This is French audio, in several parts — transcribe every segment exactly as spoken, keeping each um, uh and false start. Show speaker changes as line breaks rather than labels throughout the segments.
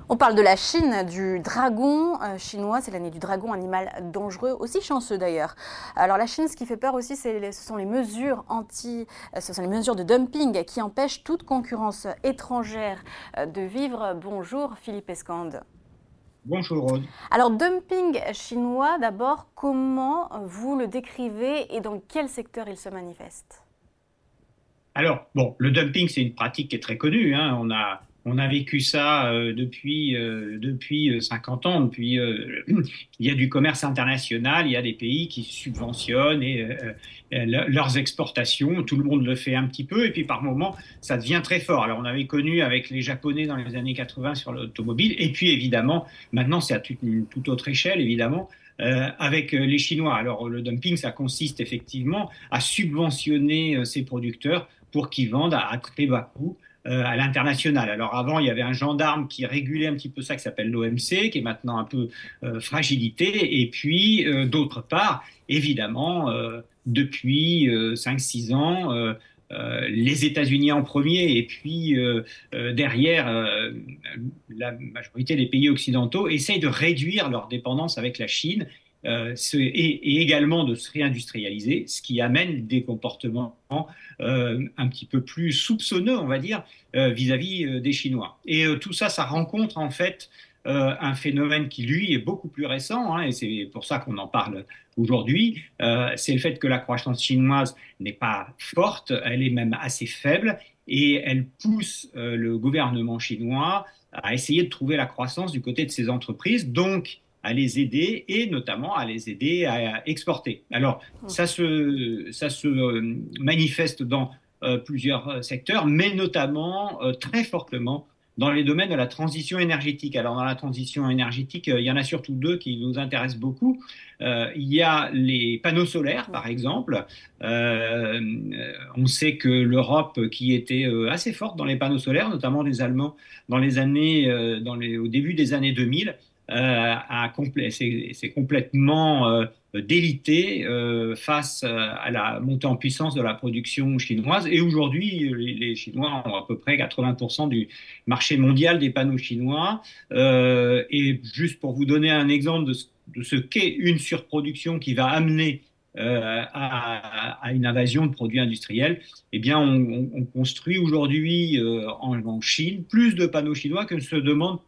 On parle de la Chine, du dragon euh, chinois, c'est l'année du dragon, animal dangereux, aussi chanceux d'ailleurs. Alors la Chine, ce qui fait peur aussi, c'est, ce sont les mesures anti, euh, ce sont les mesures de dumping qui empêchent toute concurrence étrangère euh, de vivre. Bonjour Philippe Escande.
Bonjour Rose.
Alors dumping chinois, d'abord, comment vous le décrivez et dans quel secteur il se manifeste?
Alors, bon, le dumping, c'est une pratique qui est très connue, hein. On a, on a vécu ça euh, depuis, euh, depuis euh, cinquante ans. Depuis, euh, il y a du commerce international, il y a des pays qui subventionnent et, euh, euh, leurs exportations. Tout le monde le fait un petit peu, et puis par moments, ça devient très fort. Alors, on avait connu avec les Japonais dans les années quatre-vingts sur l'automobile, et puis évidemment, maintenant, c'est à toute, une toute autre échelle, évidemment. Euh, avec les Chinois. Alors le dumping, ça consiste effectivement à subventionner euh, ces producteurs pour qu'ils vendent à, à très bas coût euh, à l'international. Alors avant, il y avait un gendarme qui régulait un petit peu ça, qui s'appelle l'O M C, qui est maintenant un peu euh, fragilité. Et puis, euh, d'autre part, évidemment, euh, depuis euh, cinq six ans, euh, euh, les États-Unis en premier, et puis euh, euh, derrière, euh, la majorité des pays occidentaux essayent de réduire leur dépendance avec la Chine euh, ce, et, et, également de se réindustrialiser, ce qui amène des comportements euh, un petit peu plus soupçonneux, on va dire, euh, vis-à-vis euh, des Chinois. Et euh, tout ça, ça rencontre en fait euh, un phénomène qui, lui, est beaucoup plus récent, hein, et c'est pour ça qu'on en parle aujourd'hui, euh, c'est le fait que la croissance chinoise n'est pas forte, elle est même assez faible, et elle pousse euh, le gouvernement chinois à essayer de trouver la croissance du côté de ces entreprises, donc à les aider et notamment à les aider à exporter. Alors, ça se, ça se manifeste dans euh, plusieurs secteurs, mais notamment euh, très fortement dans les domaines de la transition énergétique. Alors, dans la transition énergétique, euh, il y en a surtout deux qui nous intéressent beaucoup. Euh, il y a les panneaux solaires, par exemple. Euh, on sait que l'Europe, qui était euh, assez forte dans les panneaux solaires, notamment les Allemands, dans les années, euh, dans les, au début des années deux mille, euh, a complè c'est, c'est complètement euh, délité euh, face à la montée en puissance de la production chinoise. Et aujourd'hui, les, les Chinois ont à peu près quatre-vingts pour cent du marché mondial des panneaux chinois. Euh, et juste pour vous donner un exemple de ce, de ce qu'est une surproduction qui va amener euh, à, à, une invasion de produits industriels, eh bien, on, on, on construit aujourd'hui euh, en, en Chine plus de panneaux chinois que se demande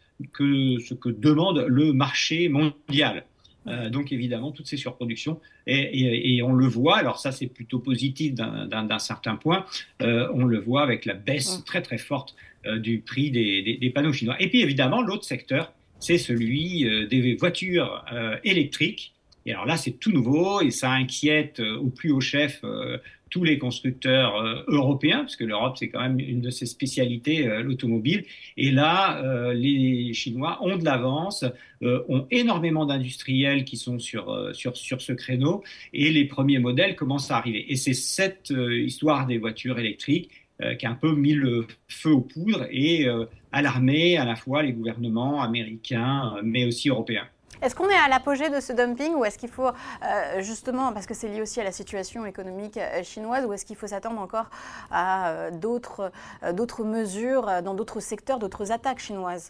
que ce que demande le marché mondial. Euh, donc évidemment, toutes ces surproductions, et, et, et on le voit, alors ça c'est plutôt positif d'un, d'un, d'un certain point, euh, on le voit avec la baisse très très forte euh, du prix des, des, des panneaux chinois. Et puis évidemment, l'autre secteur, c'est celui euh, des voitures euh, électriques. Et alors là, c'est tout nouveau et ça inquiète euh, au plus haut chef euh, tous les constructeurs euh, européens, parce que l'Europe, c'est quand même une de ses spécialités, euh, l'automobile. Et là, euh, les Chinois ont de l'avance, euh, ont énormément d'industriels qui sont sur, euh, sur, sur ce créneau, et les premiers modèles commencent à arriver. Et c'est cette euh, histoire des voitures électriques euh, qui a un peu mis le feu aux poudres et euh, alarmé à la fois les gouvernements américains, mais aussi européens.
Est-ce qu'on est à l'apogée de ce dumping ou est-ce qu'il faut euh, justement, parce que c'est lié aussi à la situation économique euh, chinoise, ou est-ce qu'il faut s'attendre encore à euh, d'autres, euh, d'autres mesures euh, dans d'autres secteurs, d'autres attaques chinoises?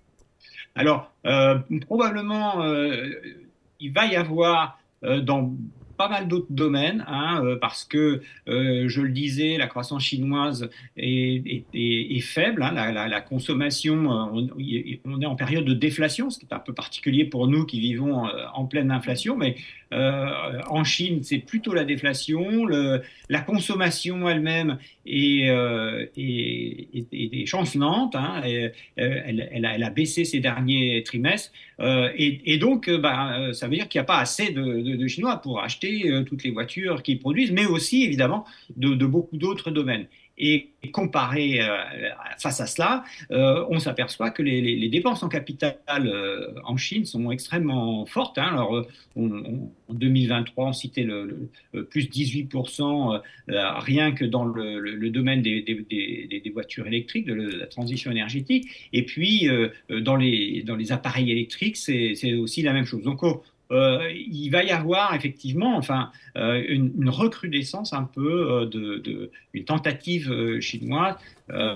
Alors, euh, probablement, euh, il va y avoir euh, dans pas mal d'autres domaines, hein, euh, parce que, euh, je le disais, la croissance chinoise est, est, est, est faible, hein, la, la, la, consommation, euh, on, on, est en période de déflation, ce qui est un peu particulier pour nous qui vivons euh, en pleine inflation, mais euh, en Chine, c'est plutôt la déflation, le, la consommation elle-même est, euh, est, est, est chancelante, hein, et, elle, elle, a, elle a baissé ces derniers trimestres, euh, et, et donc bah, ça veut dire qu'il n'y a pas assez de, de, de Chinois pour acheter toutes les voitures qu'ils produisent, mais aussi évidemment de, de beaucoup d'autres domaines. Et comparé euh, face à cela, euh, on s'aperçoit que les, les, les dépenses en capital euh, en Chine sont extrêmement fortes, hein. Alors, on, on, en deux mille vingt-trois, on citait le, le plus dix-huit pour cent euh, rien que dans le, le, le domaine des, des, des, des voitures électriques, de la transition énergétique. Et puis, euh, dans, les, dans les appareils électriques, c'est aussi la même chose. Donc, euh, il va y avoir effectivement, enfin, euh, une, une recrudescence un peu euh, de, de une tentative euh, chinoise euh,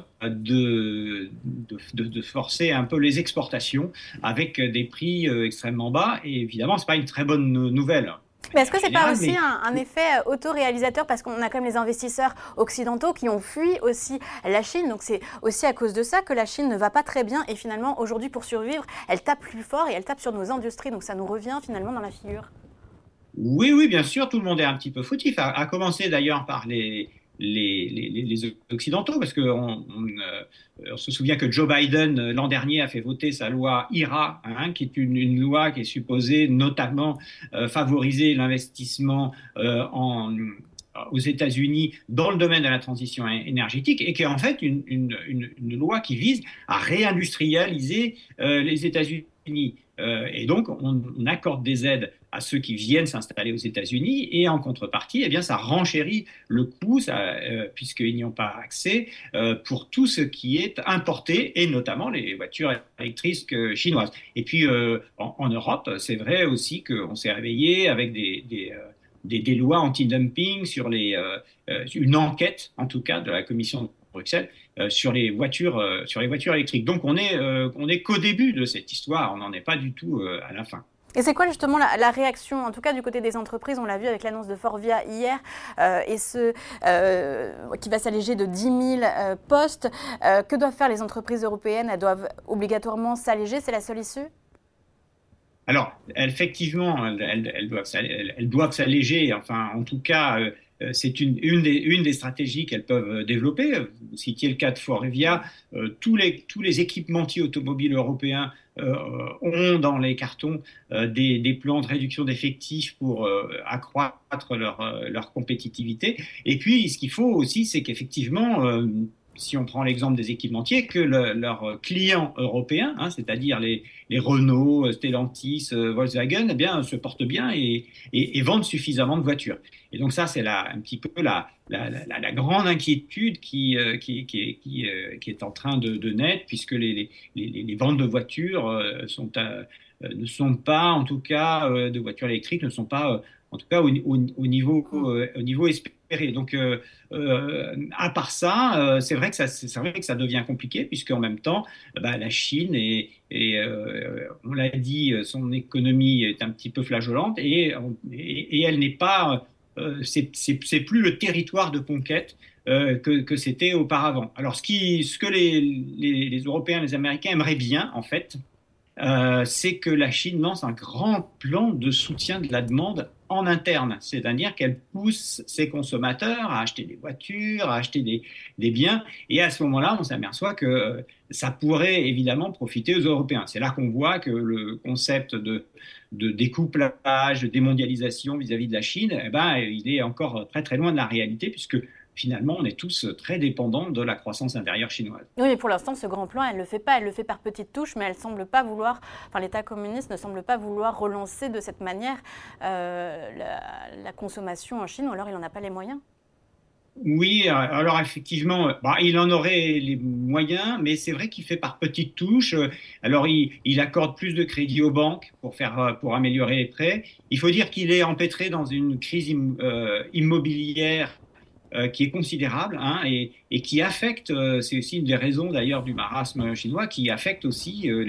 de, de, de, de forcer un peu les exportations avec des prix euh, extrêmement bas. Et évidemment, c'est pas une très bonne nouvelle de
Mais est-ce
manière
que c'est pas
générale,
aussi
mais
un, un effet euh, autoréalisateur parce qu'on a quand même les investisseurs occidentaux qui ont fui aussi la Chine, donc c'est aussi à cause de ça que la Chine ne va pas très bien et finalement aujourd'hui pour survivre, elle tape plus fort et elle tape sur nos industries, donc ça nous revient finalement dans la figure.
oui, oui, bien sûr, tout le monde est un petit peu fautif, à, à commencer d'ailleurs par les, les, les, les Occidentaux, parce qu'on on, euh, on se souvient que Joe Biden, euh, l'an dernier, a fait voter sa loi I R A, hein, qui est une, une loi qui est supposée notamment euh, favoriser l'investissement euh, en aux États-Unis dans le domaine de la transition énergétique et qui est en fait une, une, une, une loi qui vise à réindustrialiser euh, les États-Unis. Euh, et donc, on, on, accorde des aides à ceux qui viennent s'installer aux États-Unis et en contrepartie, eh bien, ça renchérit le coût, ça, euh, puisqu'ils n'y ont pas accès euh, pour tout ce qui est importé et notamment les voitures électriques chinoises. Et puis, euh, en, en Europe, c'est vrai aussi qu'on s'est réveillé avec des, des, euh, des, des lois anti-dumping sur les, euh, euh, une enquête, en tout cas, de la Commission de Bruxelles euh, sur les voitures, euh, sur les voitures électriques. Donc on est, euh, on est qu'au début de cette histoire, on n'en est pas du tout euh, à la fin.
Et c'est quoi justement la, la réaction, en tout cas du côté des entreprises? On l'a vu avec l'annonce de Forvia hier, euh, et ce euh, qui va s'alléger de dix mille euh, postes. Euh, que doivent faire les entreprises européennes? Elles doivent obligatoirement s'alléger, c'est la seule issue?
Alors, effectivement, elles, elles, elles doivent, elles, elles doivent s'alléger. Enfin, en tout cas, euh, c'est une, une, des, une des stratégies qu'elles peuvent développer. Vous citiez le cas de Forvia. Euh, tous, les, tous les équipementiers automobiles européens euh, ont dans les cartons euh, des, des plans de réduction d'effectifs pour euh, accroître leur, euh, leur compétitivité. Et puis, ce qu'il faut aussi, c'est qu'effectivement, euh, si on prend l'exemple des équipementiers, que le, leurs clients européens, hein, c'est-à-dire les, les Renault, Stellantis, euh, Volkswagen, eh bien, se portent bien et, et, et vendent suffisamment de voitures. Et donc ça, c'est la, un petit peu la, la, la, la grande inquiétude qui, euh, qui, qui, qui, euh, qui est en train de, de naître, puisque les, les, les, les ventes de voitures euh, sont, euh, ne sont pas, en tout cas, euh, de voitures électriques, ne sont pas, euh, en tout cas, au, au, au niveau, euh, au niveau espéré. Donc, euh, euh, à part ça, euh, c'est vrai que ça, c'est vrai que ça devient compliqué, puisqu'en même temps, bah, la Chine est, et euh, on l'a dit, son économie est un petit peu flageolante et, et, et elle n'est pas, euh, c'est plus le territoire de conquête euh, que, que c'était auparavant. Alors, ce, qui, ce que les, les, les Européens, les Américains aimeraient bien, en fait, euh, c'est que la Chine lance un grand plan de soutien de la demande en interne, c'est-à-dire qu'elle pousse ses consommateurs à acheter des voitures, à acheter des, des biens, et à ce moment-là, on s'aperçoit que ça pourrait évidemment profiter aux Européens. C'est là qu'on voit que le concept de, de découplage, de démondialisation vis-à-vis de la Chine, eh ben, il est encore très très loin de la réalité, puisque finalement, on est tous très dépendants de la croissance intérieure chinoise.
Oui, mais pour l'instant, ce grand plan, elle ne le fait pas. Elle le fait par petites touches, mais elle semble pas vouloir, enfin, l'État communiste ne semble pas vouloir relancer de cette manière euh, la, la consommation en Chine, ou alors il n'en a pas les moyens.
Oui, alors effectivement, bah, il en aurait les moyens, mais c'est vrai qu'il fait par petites touches. Alors, il, il accorde plus de crédits aux banques pour faire, pour améliorer les prêts. Il faut dire qu'il est empêtré dans une crise im, euh, immobilière Euh, qui est considérable hein, et, et qui affecte, euh, c'est aussi une des raisons d'ailleurs du marasme chinois, qui affecte aussi euh,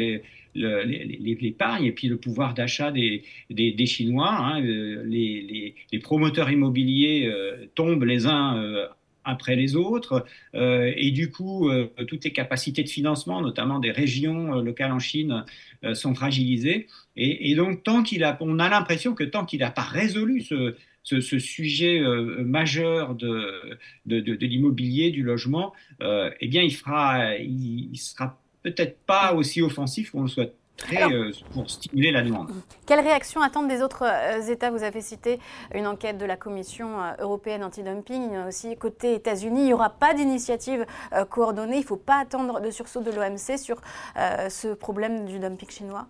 l'épargne et puis le pouvoir d'achat des, des, des Chinois. Hein, les, les, les promoteurs immobiliers euh, tombent les uns euh, après les autres euh, et du coup euh, toutes les capacités de financement, notamment des régions euh, locales en Chine, euh, sont fragilisées et, et donc tant qu'il a, on a l'impression que tant qu'il n'a pas résolu ce Ce, ce sujet euh, majeur de, de, de, de l'immobilier, du logement, euh, eh bien, il fera, il, il sera peut-être pas aussi offensif qu'on le souhaiterait euh, pour stimuler la demande.
Quelle réaction attendent des autres euh, États? Vous avez cité une enquête de la Commission euh, européenne anti-dumping, aussi côté États-Unis. Il n'y aura pas d'initiative euh, coordonnée. Il ne faut pas attendre de sursaut de l'O M C sur euh, ce problème du dumping chinois.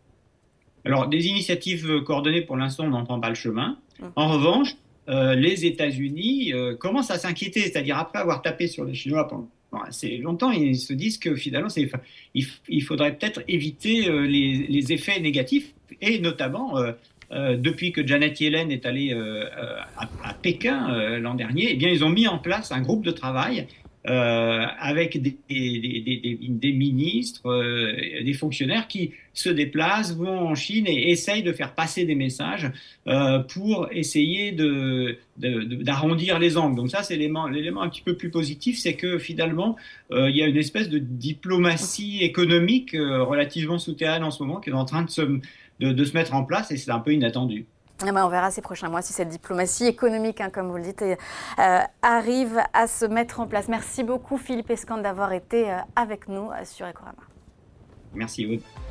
Alors, des initiatives coordonnées, pour l'instant, on n'entend pas le chemin. En revanche, euh, les États-Unis euh, commencent à s'inquiéter, c'est-à-dire après avoir tapé sur les Chinois pendant assez longtemps, ils se disent que finalement, il, il faudrait peut-être éviter euh, les, les effets négatifs, et notamment, euh, euh, depuis que Janet Yellen est allée euh, à, à Pékin euh, l'an dernier, eh bien, ils ont mis en place un groupe de travail euh, avec des, des, des, des, des ministres, euh, des fonctionnaires qui se déplacent, vont en Chine et essayent de faire passer des messages euh, pour essayer de, de, de, d'arrondir les angles. Donc ça, c'est l'élément, l'élément un petit peu plus positif, c'est que finalement, euh, il y a une espèce de diplomatie économique euh, relativement souterraine en ce moment qui est en train de se, de, de se mettre en place et c'est un peu inattendu.
Eh ben, on verra ces prochains mois si cette diplomatie économique, hein, comme vous le dites, euh, arrive à se mettre en place. Merci beaucoup Philippe Escande d'avoir été euh, avec nous sur Ecorama.
Merci Aude.